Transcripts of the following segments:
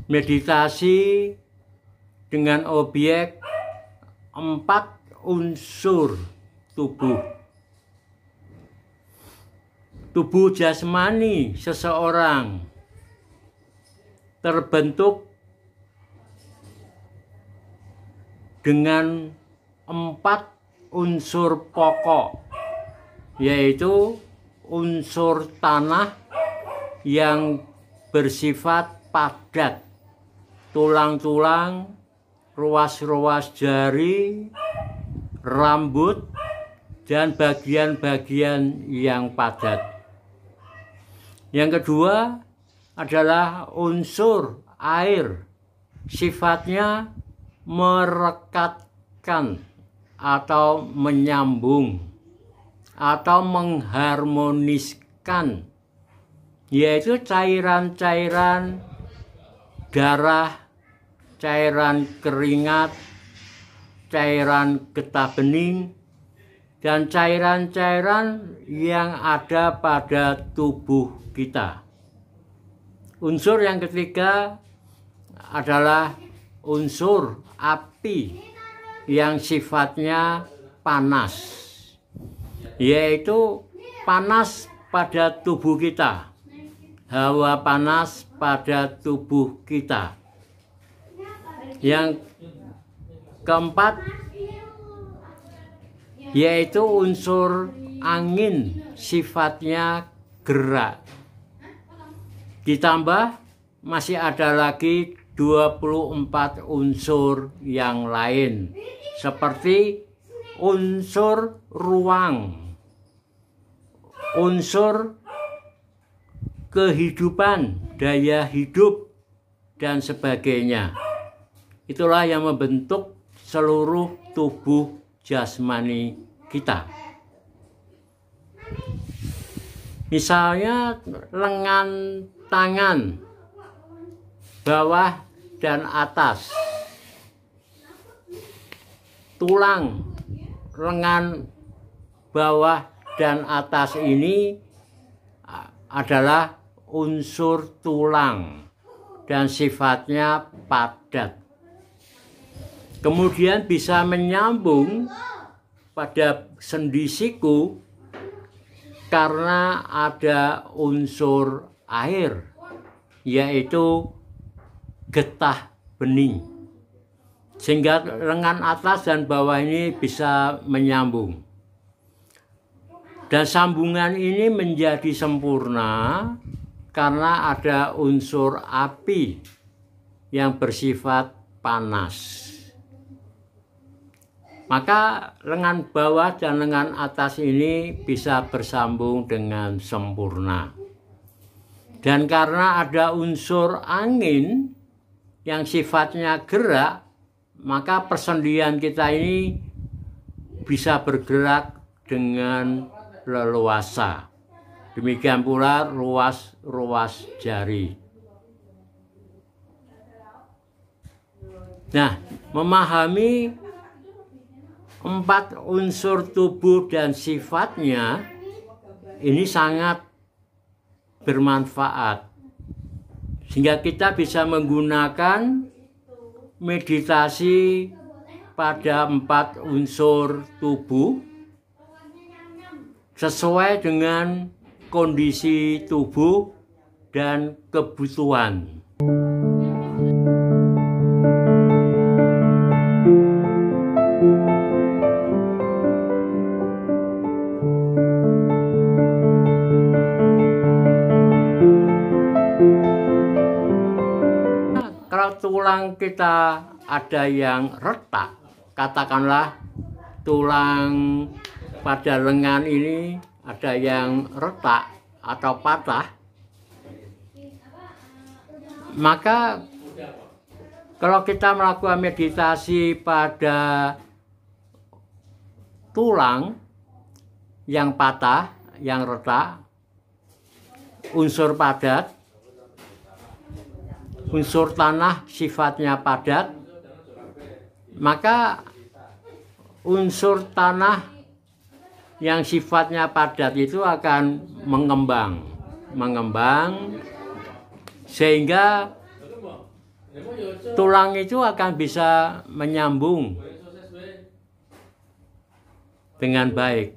meditasi dengan objek 4 unsur tubuh. Tubuh jasmani seseorang terbentuk dengan 4 unsur pokok, yaitu unsur tanah yang bersifat padat, tulang-tulang, ruas-ruas jari, rambut, dan bagian-bagian yang padat. Yang kedua adalah unsur air, sifatnya merekatkan atau menyambung atau mengharmoniskan, yaitu cairan-cairan darah, cairan keringat, cairan getah bening, dan cairan-cairan yang ada pada tubuh kita. Unsur yang ketiga adalah unsur api yang sifatnya panas, yaitu panas pada tubuh kita, hawa panas pada tubuh kita. Yang keempat yaitu unsur angin, sifatnya gerak. Ditambah masih ada lagi 24 unsur yang lain, seperti unsur ruang, unsur kehidupan, daya hidup, dan sebagainya. Itulah yang membentuk seluruh tubuh jasmani kita. Misalnya lengan tangan, bawah dan atas, tulang lengan bawah dan atas ini adalah unsur tulang dan sifatnya padat. Kemudian bisa menyambung pada sendi siku karena ada unsur air, yaitu getah bening, sehingga lengan atas dan bawah ini bisa menyambung. Dan sambungan ini menjadi sempurna karena ada unsur api yang bersifat panas. Maka lengan bawah dan lengan atas ini bisa bersambung dengan sempurna. Dan karena ada unsur angin yang sifatnya gerak, maka persendian kita ini bisa bergerak dengan leluasa. Demikian pula ruas-ruas jari. Nah, memahami 4 unsur tubuh dan sifatnya ini sangat bermanfaat, sehingga kita bisa menggunakan meditasi pada 4 unsur tubuh sesuai dengan kondisi tubuh dan kebutuhan. Kalau tulang kita ada yang retak, katakanlah tulang pada lengan ini ada yang retak atau patah, maka kalau kita melakukan meditasi pada tulang yang patah, yang retak, unsur padat, unsur tanah sifatnya padat, maka unsur tanah yang sifatnya padat itu akan mengembang sehingga tulang itu akan bisa menyambung dengan baik.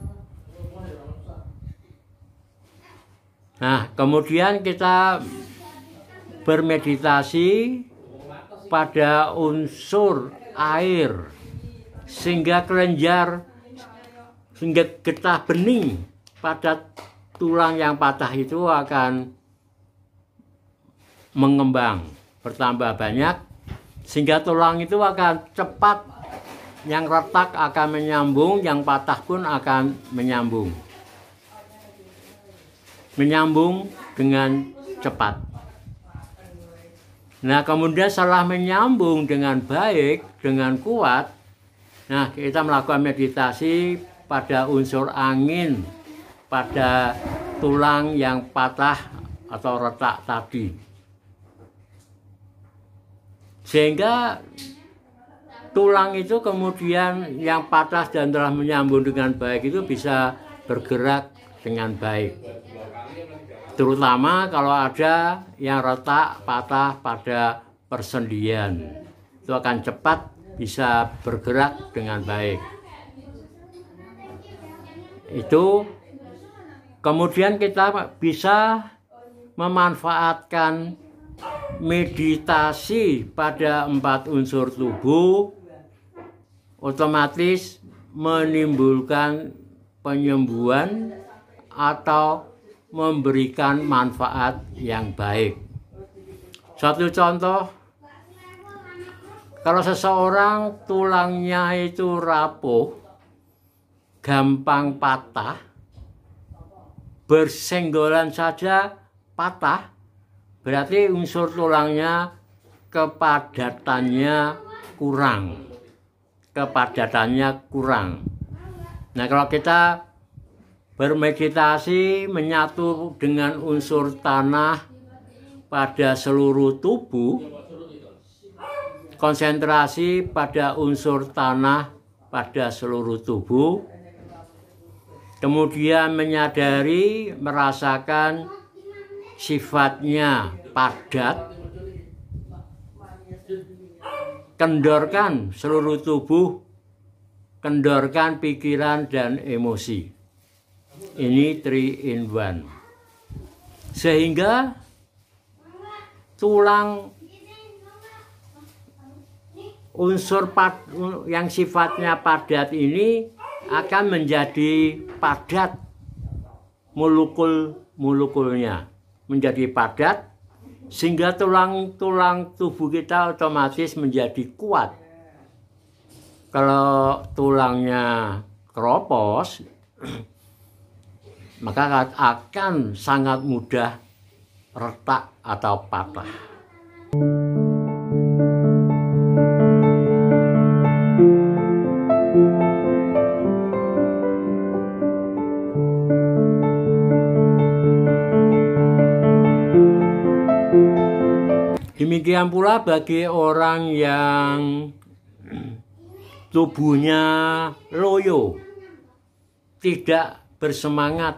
Nah, kemudian kita bermeditasi pada unsur air sehingga kelenjar, sehingga getah bening pada tulang yang patah itu akan mengembang, bertambah banyak, sehingga tulang itu akan cepat, yang retak akan menyambung, yang patah pun akan menyambung dengan cepat. Nah, kemudian setelah menyambung dengan baik, dengan kuat, nah kita melakukan meditasi pada unsur angin, pada tulang yang patah atau retak tadi. Sehingga tulang itu kemudian yang patah dan telah menyambung dengan baik itu bisa bergerak dengan baik. Terutama kalau ada yang retak, patah pada persendian, itu akan cepat bisa bergerak dengan baik. Itu kemudian kita bisa memanfaatkan meditasi pada 4 unsur tubuh, otomatis menimbulkan penyembuhan atau memberikan manfaat yang baik. Satu contoh, kalau seseorang tulangnya itu rapuh, gampang patah, bersenggolan saja patah, berarti unsur tulangnya kepadatannya kurang. Nah, kalau kita bermeditasi menyatu dengan unsur tanah pada seluruh tubuh, konsentrasi pada unsur tanah pada seluruh tubuh, kemudian menyadari, merasakan sifatnya padat, kendorkan seluruh tubuh, kendorkan pikiran dan emosi. Ini 3 in 1. Sehingga tulang unsur yang sifatnya padat ini akan menjadi padat, molekul-molekulnya menjadi padat, sehingga tulang-tulang tubuh kita otomatis menjadi kuat. Kalau tulangnya keropos, maka akan sangat mudah retak atau patah. Demikian pula bagi orang yang tubuhnya loyo, tidak bersemangat,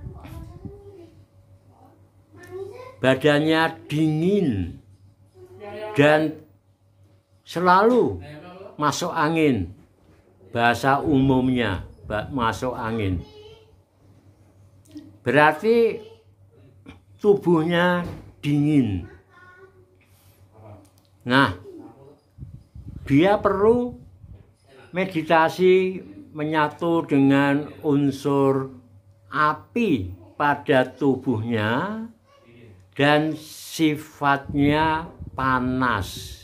badannya dingin dan selalu masuk angin, bahasa umumnya masuk angin, berarti tubuhnya dingin. Nah, dia perlu meditasi menyatu dengan unsur api pada tubuhnya dan sifatnya panas,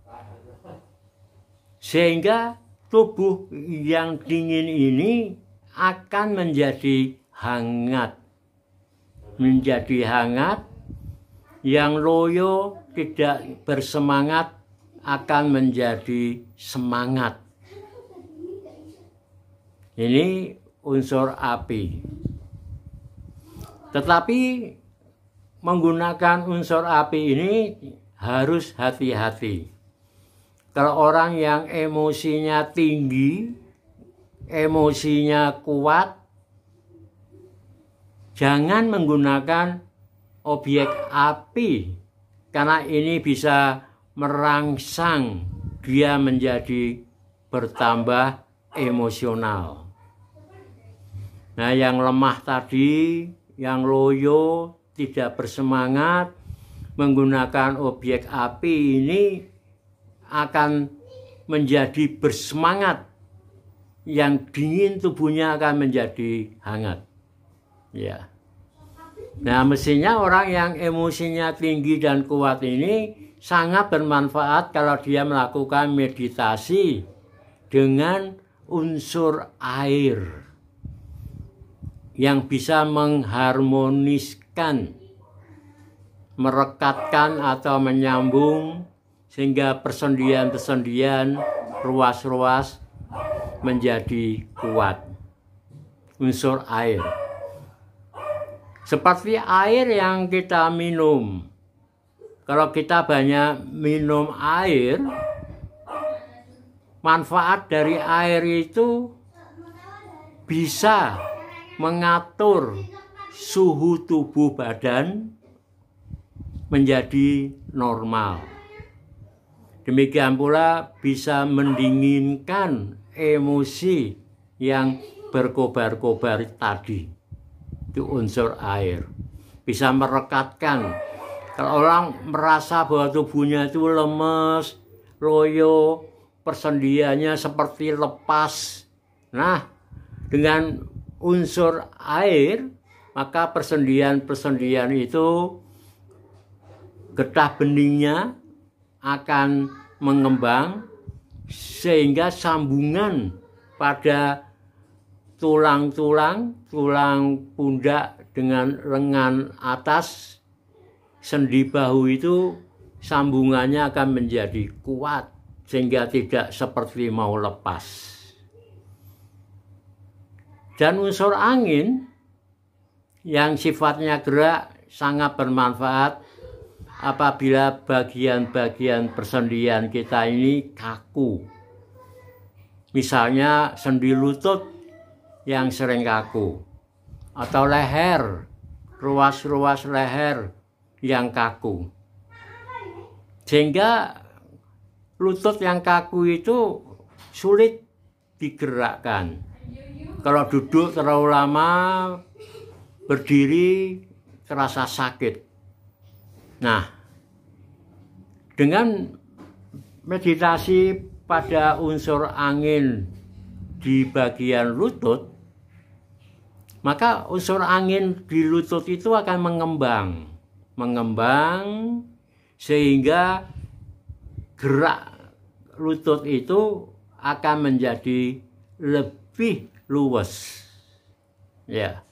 sehingga tubuh yang dingin ini akan menjadi hangat, yang loyo tidak bersemangat akan menjadi semangat. Ini unsur api. Tetapi menggunakan unsur api ini harus hati-hati. Kalau orang yang emosinya tinggi, emosinya kuat, jangan menggunakan objek api, karena ini bisa merangsang dia menjadi bertambah emosional. Nah, yang lemah tadi, yang loyo, tidak bersemangat, menggunakan objek api ini akan menjadi bersemangat. Yang dingin tubuhnya akan menjadi hangat. Ya. Nah, mestinya orang yang emosinya tinggi dan kuat ini sangat bermanfaat kalau dia melakukan meditasi dengan unsur air yang bisa mengharmoniskan, merekatkan atau menyambung sehingga persendian-persendian, ruas-ruas menjadi kuat. Unsur air. Seperti air yang kita minum. Kalau kita banyak minum air, manfaat dari air itu bisa mengatur suhu tubuh badan menjadi normal. Demikian pula bisa mendinginkan emosi yang berkobar-kobar tadi. Itu unsur air. Bisa merekatkan. Kalau orang merasa bahwa tubuhnya itu lemes, loyo, persendiannya seperti lepas. Nah, dengan unsur air, maka persendian-persendian itu getah beningnya akan mengembang sehingga sambungan pada tulang-tulang, tulang pundak dengan lengan atas, sendi bahu itu sambungannya akan menjadi kuat sehingga tidak seperti mau lepas. Dan unsur angin yang sifatnya gerak sangat bermanfaat apabila bagian-bagian persendian kita ini kaku. Misalnya sendi lutut yang sering kaku, atau leher, ruas-ruas leher yang kaku. Sehingga lutut yang kaku itu sulit digerakkan. Kalau duduk terlalu lama, berdiri terasa sakit. Nah, dengan meditasi pada unsur angin di bagian lutut, maka unsur angin di lutut itu akan mengembang sehingga gerak lutut itu akan menjadi lebih luwes. Ya.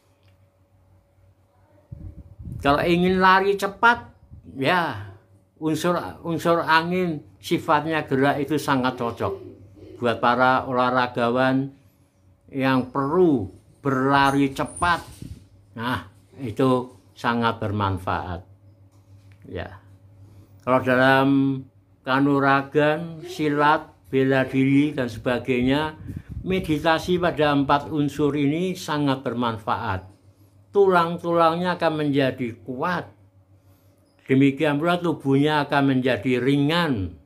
Kalau ingin lari cepat, ya unsur angin sifatnya gerak itu sangat cocok buat para olahragawan yang perlu berlari cepat. Nah, itu sangat bermanfaat. Ya. Kalau dalam kanuragan, silat, bela diri dan sebagainya, meditasi pada 4 unsur ini sangat bermanfaat. Tulang-tulangnya akan menjadi kuat. Demikian pula tubuhnya akan menjadi ringan.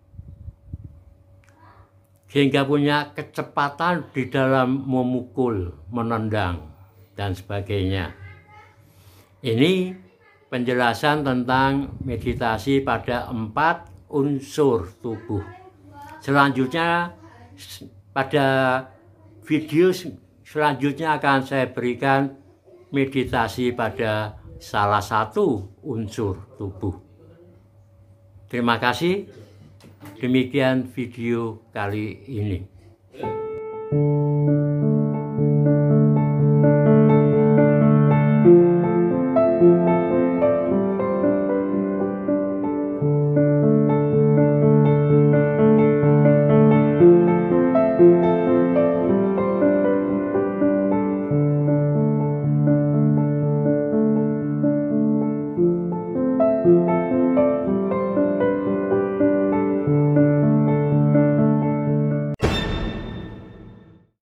Sehingga punya kecepatan di dalam memukul, menendang, dan sebagainya. Ini penjelasan tentang meditasi pada 4 unsur tubuh. Selanjutnya, pada video selanjutnya akan saya berikan meditasi pada salah satu unsur tubuh. Terima kasih. Demikian video kali ini.